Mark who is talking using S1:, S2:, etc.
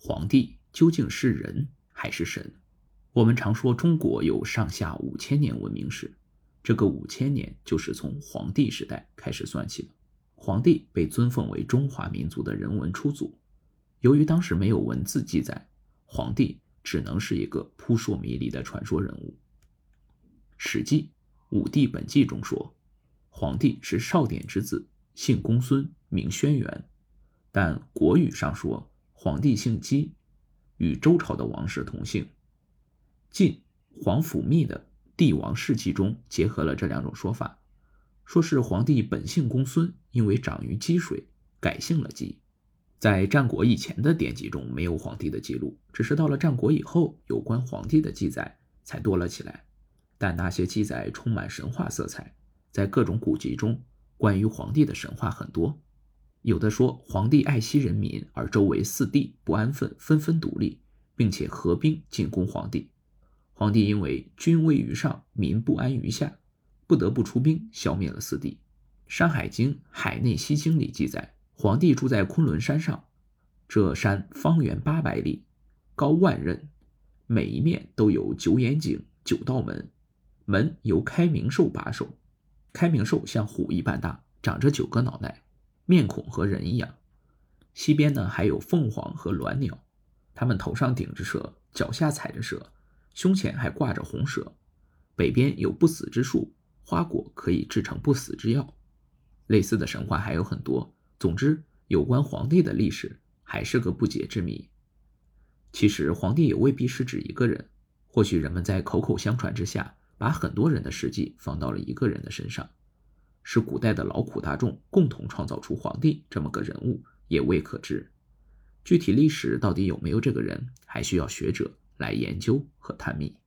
S1: 皇帝究竟是人还是神？我们常说中国有上下5000年文明史，这个5000年就是从黄帝时代开始算起的。黄帝被尊奉为中华民族的人文初祖，由于当时没有文字记载，黄帝只能是一个扑朔迷离的传说人物。史记《武帝本纪》中说，黄帝是少典之子，姓公孙，名轩辕。但国语上说黄帝姓姬，与周朝的王室同姓。晋皇甫谧的《帝王世纪》中结合了这两种说法，说是黄帝本姓公孙，因为长于姬水，改姓了姬。在战国以前的典籍中没有黄帝的记录，只是到了战国以后，有关黄帝的记载才多了起来。但那些记载充满神话色彩，在各种古籍中，关于黄帝的神话很多。有的说黄帝爱惜人民，而周围四帝不安分，纷纷独立，并且合兵进攻黄帝。黄帝因为君威于上，民不安于下，不得不出兵消灭了四帝。《山海经·海内西经》里记载，黄帝住在昆仑山上，这山方圆800里，高万仞，每一面都有9眼井、9道门，门由开明兽把守。开明兽像虎一般大，长着9个脑袋，面孔和人一样。西边呢还有凤凰和鸾鸟，它们头上顶着蛇，脚下踩着蛇，胸前还挂着红蛇。北边有不死之树，花果可以制成不死之药。类似的神话还有很多，总之有关黄帝的历史还是个不解之谜。其实黄帝也未必是指一个人，或许人们在口口相传之下，把很多人的事迹放到了一个人的身上，是古代的劳苦大众共同创造出黄帝这么个人物，也未可知。具体历史到底有没有这个人，还需要学者来研究和探秘。